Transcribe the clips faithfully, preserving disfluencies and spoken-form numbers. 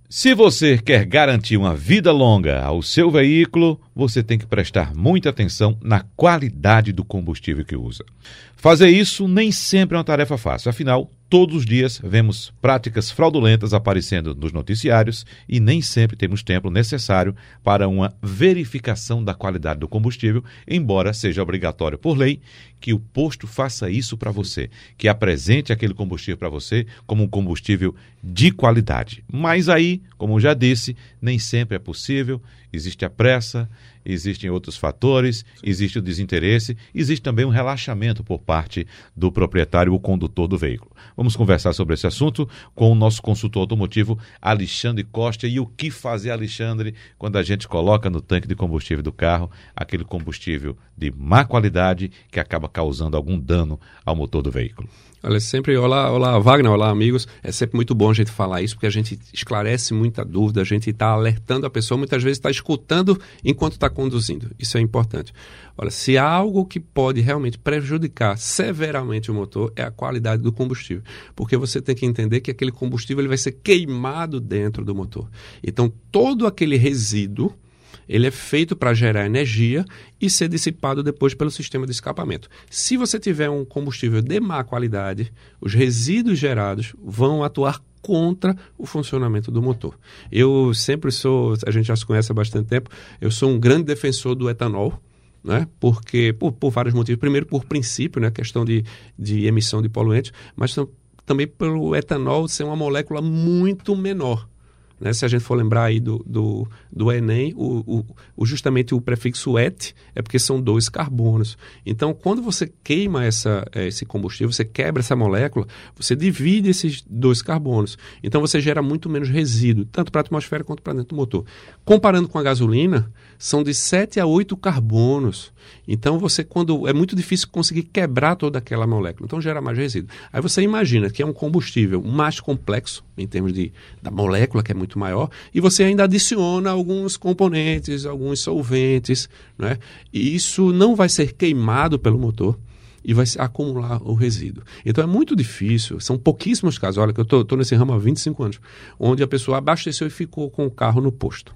Se você quer garantir uma vida longa ao seu veículo, você tem que prestar muita atenção na qualidade do combustível que usa. Fazer isso nem sempre é uma tarefa fácil, afinal, todos os dias vemos práticas fraudulentas aparecendo nos noticiários e nem sempre temos tempo necessário para uma verificação da qualidade do combustível, embora seja obrigatório por lei que o posto faça isso para você, que apresente aquele combustível para você como um combustível de qualidade. Mas aí, como já disse, nem sempre é possível, existe a pressa, existem outros fatores, existe o desinteresse, existe também um relaxamento por parte do proprietário ou condutor do veículo. Vamos conversar sobre esse assunto com o nosso consultor automotivo, Alexandre Costa. E o que fazer, Alexandre, quando a gente coloca no tanque de combustível do carro aquele combustível de má qualidade que acaba causando algum dano ao motor do veículo? Olha, sempre, olá, olá Wagner, olá amigos, é sempre muito bom a gente falar isso, porque a gente esclarece muita dúvida, a gente está alertando a pessoa, muitas vezes está escutando enquanto está conduzindo, isso é importante. Olha, se há algo que pode realmente prejudicar severamente o motor, é a qualidade do combustível, porque você tem que entender que aquele combustível ele vai ser queimado dentro do motor, então todo aquele resíduo, ele é feito para gerar energia e ser dissipado depois pelo sistema de escapamento. Se você tiver um combustível de má qualidade, os resíduos gerados vão atuar contra o funcionamento do motor. Eu sempre sou, a gente já se conhece há bastante tempo, eu sou um grande defensor do etanol, né? Porque, por, por vários motivos. Primeiro, por princípio, né? Questão de, de emissão de poluentes, mas também pelo etanol ser uma molécula muito menor. Né? Se a gente for lembrar aí do, do, do Enem, o, o, justamente o prefixo et é porque são dois carbonos. Então, quando você queima essa, esse combustível, você quebra essa molécula, você divide esses dois carbonos. Então, você gera muito menos resíduo, tanto para a atmosfera quanto para dentro do motor. Comparando com a gasolina, são de sete a oito carbonos. Então, você, quando é muito difícil conseguir quebrar toda aquela molécula. Então, gera mais resíduo. Aí você imagina que é um combustível mais complexo, em termos de, da molécula, que é muito maior, e você ainda adiciona alguns componentes, alguns solventes, né? E isso não vai ser queimado pelo motor e vai acumular o resíduo. Então é muito difícil, são pouquíssimos casos, olha que eu estou nesse ramo há vinte e cinco anos, onde a pessoa abasteceu e ficou com o carro no posto.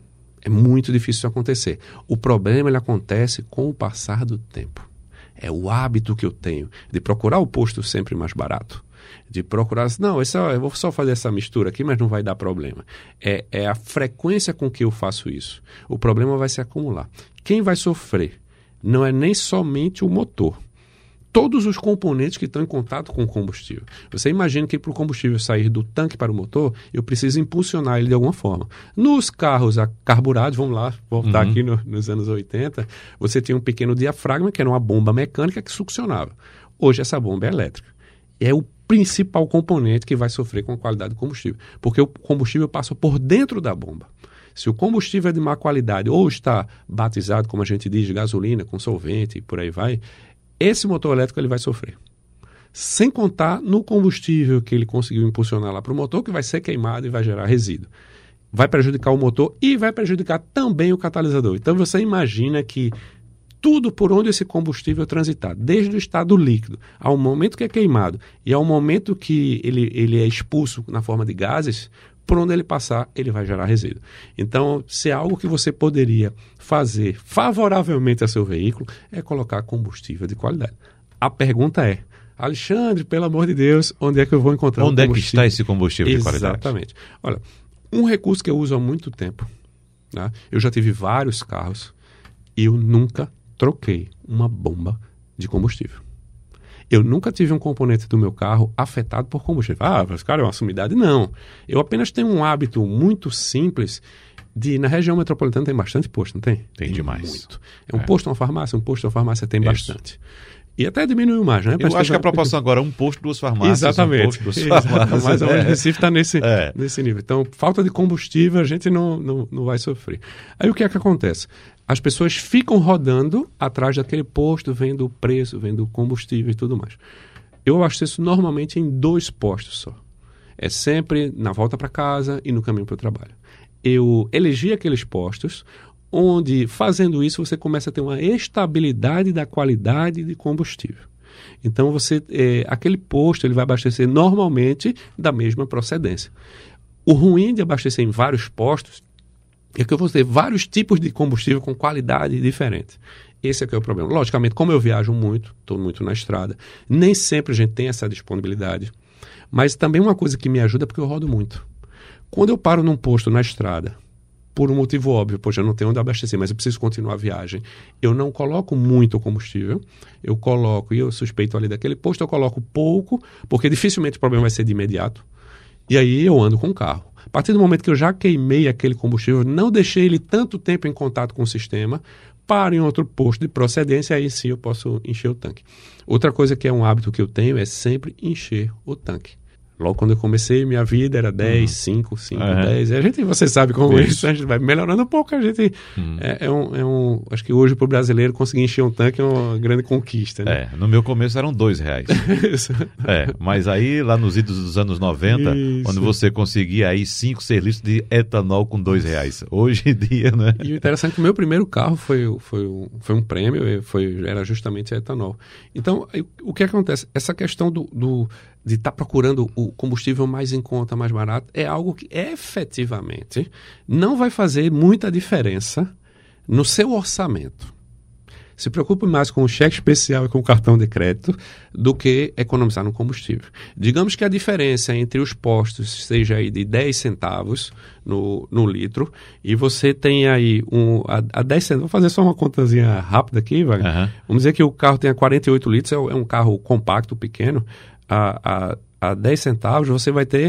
É muito difícil isso acontecer. O problema ele acontece com o passar do tempo. É o hábito que eu tenho de procurar o posto sempre mais barato. De procurar, não, esse, eu vou só fazer essa mistura aqui, mas não vai dar problema. É, é a frequência com que eu faço isso. O problema vai se acumular. Quem vai sofrer não é nem somente o motor. Todos os componentes que estão em contato com o combustível. Você imagina que para o combustível sair do tanque para o motor, eu preciso impulsionar ele de alguma forma. Nos carros carburados, vamos lá, voltar uhum. aqui no, nos anos oitenta, você tinha um pequeno diafragma, que era uma bomba mecânica que succionava. Hoje essa bomba é elétrica. É o principal componente que vai sofrer com a qualidade do combustível, porque o combustível passa por dentro da bomba. Se o combustível é de má qualidade ou está batizado, como a gente diz, de gasolina, com solvente e por aí vai, esse motor elétrico ele vai sofrer. Sem contar no combustível que ele conseguiu impulsionar lá para o motor, que vai ser queimado e vai gerar resíduo. Vai prejudicar o motor e vai prejudicar também o catalisador. Então você imagina que tudo por onde esse combustível transitar, desde o estado líquido ao momento que é queimado e ao momento que ele, ele é expulso na forma de gases, por onde ele passar, ele vai gerar resíduo. Então, se é algo que você poderia fazer favoravelmente a seu veículo, é colocar combustível de qualidade. A pergunta é, Alexandre, pelo amor de Deus, onde é que eu vou encontrar onde um é que está esse combustível de qualidade? Exatamente. Olha, um recurso que eu uso há muito tempo, né? Eu já tive vários carros e eu nunca troquei uma bomba de combustível. Eu nunca tive um componente do meu carro afetado por combustível. Ah, mas cara, é uma sumidade? Não. Eu apenas tenho um hábito muito simples de... Na região metropolitana tem bastante posto, não tem? Tem, tem demais. Muito. É um é. posto, uma farmácia, um posto, uma farmácia tem Isso. bastante. E até diminuiu mais, né? Eu acho que a proporção agora é um posto, duas farmácias. Exatamente. Um posto, duas farmácias. Mas é. o Recife está nesse, é. nesse nível. Então, falta de combustível, a gente não, não, não vai sofrer. Aí o que é que acontece? As pessoas ficam rodando atrás daquele posto, vendo o preço, vendo o combustível e tudo mais. Eu abasteço normalmente em dois postos só. É sempre na volta para casa e no caminho para o trabalho. Eu elegi aqueles postos onde, fazendo isso, você começa a ter uma estabilidade da qualidade de combustível. Então, você, é, aquele posto ele vai abastecer normalmente da mesma procedência. O ruim de abastecer em vários postos é que eu vou ter vários tipos de combustível com qualidade diferente. Esse é que é o problema. Logicamente, como eu viajo muito, estou muito na estrada, nem sempre a gente tem essa disponibilidade. Mas também uma coisa que me ajuda é porque eu rodo muito. Quando eu paro num posto na estrada, por um motivo óbvio, poxa, eu não tenho onde abastecer, mas eu preciso continuar a viagem, eu não coloco muito combustível, eu coloco, e eu suspeito ali daquele posto, eu coloco pouco, porque dificilmente o problema vai ser de imediato, e aí eu ando com o carro. A partir do momento que eu já queimei aquele combustível, não deixei ele tanto tempo em contato com o sistema, paro em outro posto de procedência, aí sim eu posso encher o tanque. Outra coisa que é um hábito que eu tenho é sempre encher o tanque. Logo quando eu comecei, minha vida era dez, cinco, cinco, uhum. dez. E a gente, você sabe como é isso, a gente vai melhorando um pouco. A gente uhum. é, é, um, é um. Acho que hoje, para o brasileiro, conseguir encher um tanque é uma grande conquista. Né? É, no meu começo eram dois reais. Isso. É, mas aí, lá nos idos dos anos noventa, isso. Quando você conseguia aí cinco, seis litros de etanol com dois reais. Hoje em dia, né? E o interessante é que o meu primeiro carro foi, foi, um, foi um prêmio, foi, era justamente etanol. Então, o que acontece? Essa questão do. do de estar tá procurando o combustível mais em conta, mais barato, é algo que efetivamente não vai fazer muita diferença no seu orçamento. Se preocupe mais com o cheque especial e com o cartão de crédito do que economizar no combustível. Digamos que a diferença entre os postos seja aí de dez centavos no, no litro e você tem aí um, a, a dez centavos. Vou fazer só uma contazinha rápida aqui, Wagner. Uhum. Vamos dizer que o carro tenha quarenta e oito litros, é um carro compacto, pequeno. A, a, a dez centavos você vai ter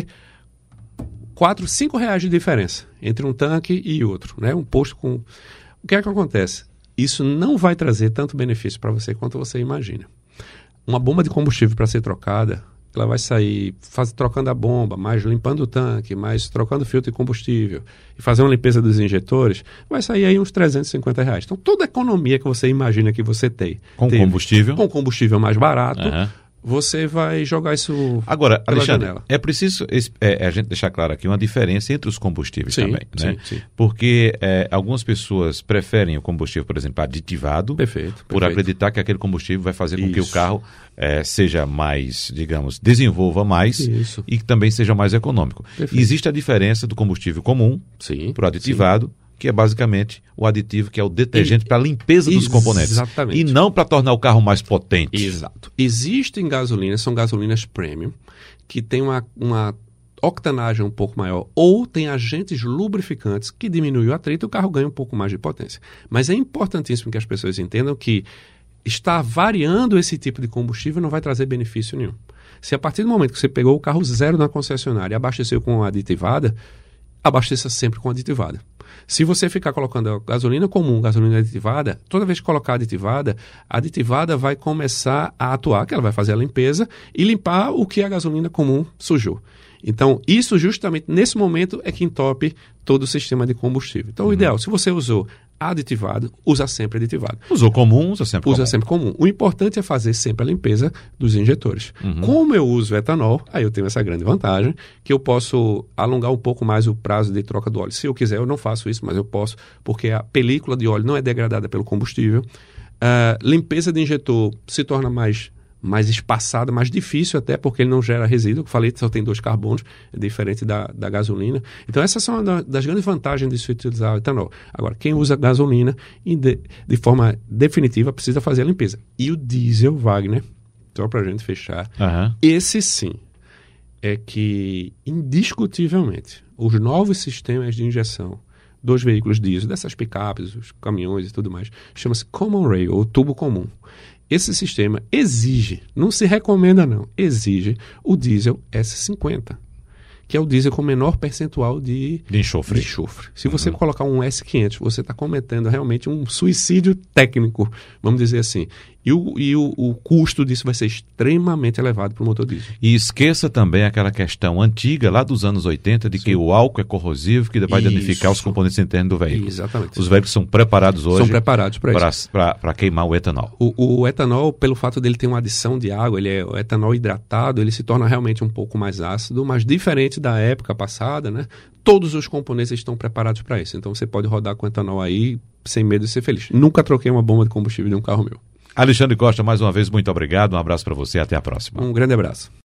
quatro, cinco reais de diferença entre um tanque e outro, né? Um posto com... O que é que acontece? Isso não vai trazer tanto benefício para você quanto você imagina. Uma bomba de combustível para ser trocada, ela vai sair faz, trocando a bomba, mais limpando o tanque, mais trocando o filtro de combustível e fazer uma limpeza dos injetores, vai sair aí uns trezentos e cinquenta reais. Então toda a economia que você imagina que você tem... Com teve, combustível? Com combustível mais barato... Uhum. Você vai jogar isso Agora, pela Alexandre, janela. É preciso é, é a gente deixar claro aqui uma diferença entre os combustíveis sim, também, né? Sim, sim. Porque é, algumas pessoas preferem o combustível, por exemplo, aditivado, perfeito, por perfeito. acreditar que aquele combustível vai fazer com isso. que o carro é, seja mais, digamos, desenvolva mais isso. e que também seja mais econômico. Perfeito. Existe a diferença do combustível comum para o aditivado, sim. que é basicamente o aditivo, que é o detergente para a limpeza dos componentes. Exatamente. E não para tornar o carro mais potente. Exato. Existem gasolinas, são gasolinas premium, que tem uma, uma octanagem um pouco maior, ou tem agentes lubrificantes que diminuem o atrito e o carro ganha um pouco mais de potência. Mas é importantíssimo que as pessoas entendam que estar variando esse tipo de combustível não vai trazer benefício nenhum. Se a partir do momento que você pegou o carro zero na concessionária e abasteceu com aditivada, abasteça sempre com aditivada. Se você ficar colocando a gasolina comum, gasolina aditivada, toda vez que colocar aditivada, a aditivada vai começar a atuar, que ela vai fazer a limpeza e limpar o que a gasolina comum sujou. Então, isso justamente nesse momento é que entope todo o sistema de combustível. Então, uhum. o ideal, se você usou aditivado, usa sempre aditivado. Usou comum, usa sempre usa comum. Usa sempre comum. O importante é fazer sempre a limpeza dos injetores. Uhum. Como eu uso etanol, aí eu tenho essa grande vantagem, que eu posso alongar um pouco mais o prazo de troca do óleo. Se eu quiser, eu não faço isso, mas eu posso, porque a película de óleo não é degradada pelo combustível. Uh, limpeza de injetor se torna mais... mais espaçada, mais difícil até, porque ele não gera resíduo. Eu falei, só tem dois carbonos, é diferente da, da gasolina. Então, essas são uma das grandes vantagens de se utilizar o etanol. Agora, quem usa gasolina, de, de forma definitiva, precisa fazer a limpeza. E o diesel, Wagner, só para a gente fechar, uhum. esse sim, é que, indiscutivelmente, os novos sistemas de injeção dos veículos diesel, dessas picapes, os caminhões e tudo mais, chama-se Common Rail, ou tubo comum. Esse sistema exige, não se recomenda não, exige o diesel S cinquenta, que é o diesel com menor percentual de, de enxofre. De enxofre. Se você uhum. colocar um S quinhentos, você está cometendo realmente um suicídio técnico, vamos dizer assim. E, o, e o, o custo disso vai ser extremamente elevado para o motor diesel. E esqueça também aquela questão antiga, lá dos anos oitenta, de Sim. que o álcool é corrosivo, que vai danificar os componentes internos do veículo. Exatamente. Os veículos são preparados hoje são preparados para isso. Para queimar o etanol. O, o etanol, pelo fato dele ter uma adição de água, ele é o etanol hidratado, ele se torna realmente um pouco mais ácido, mas diferente da época passada, né? Todos os componentes estão preparados para isso. Então você pode rodar com etanol aí sem medo de ser feliz. Nunca troquei uma bomba de combustível de um carro meu. Alexandre Costa, mais uma vez, muito obrigado. Um abraço para você. Até a próxima. Um grande abraço.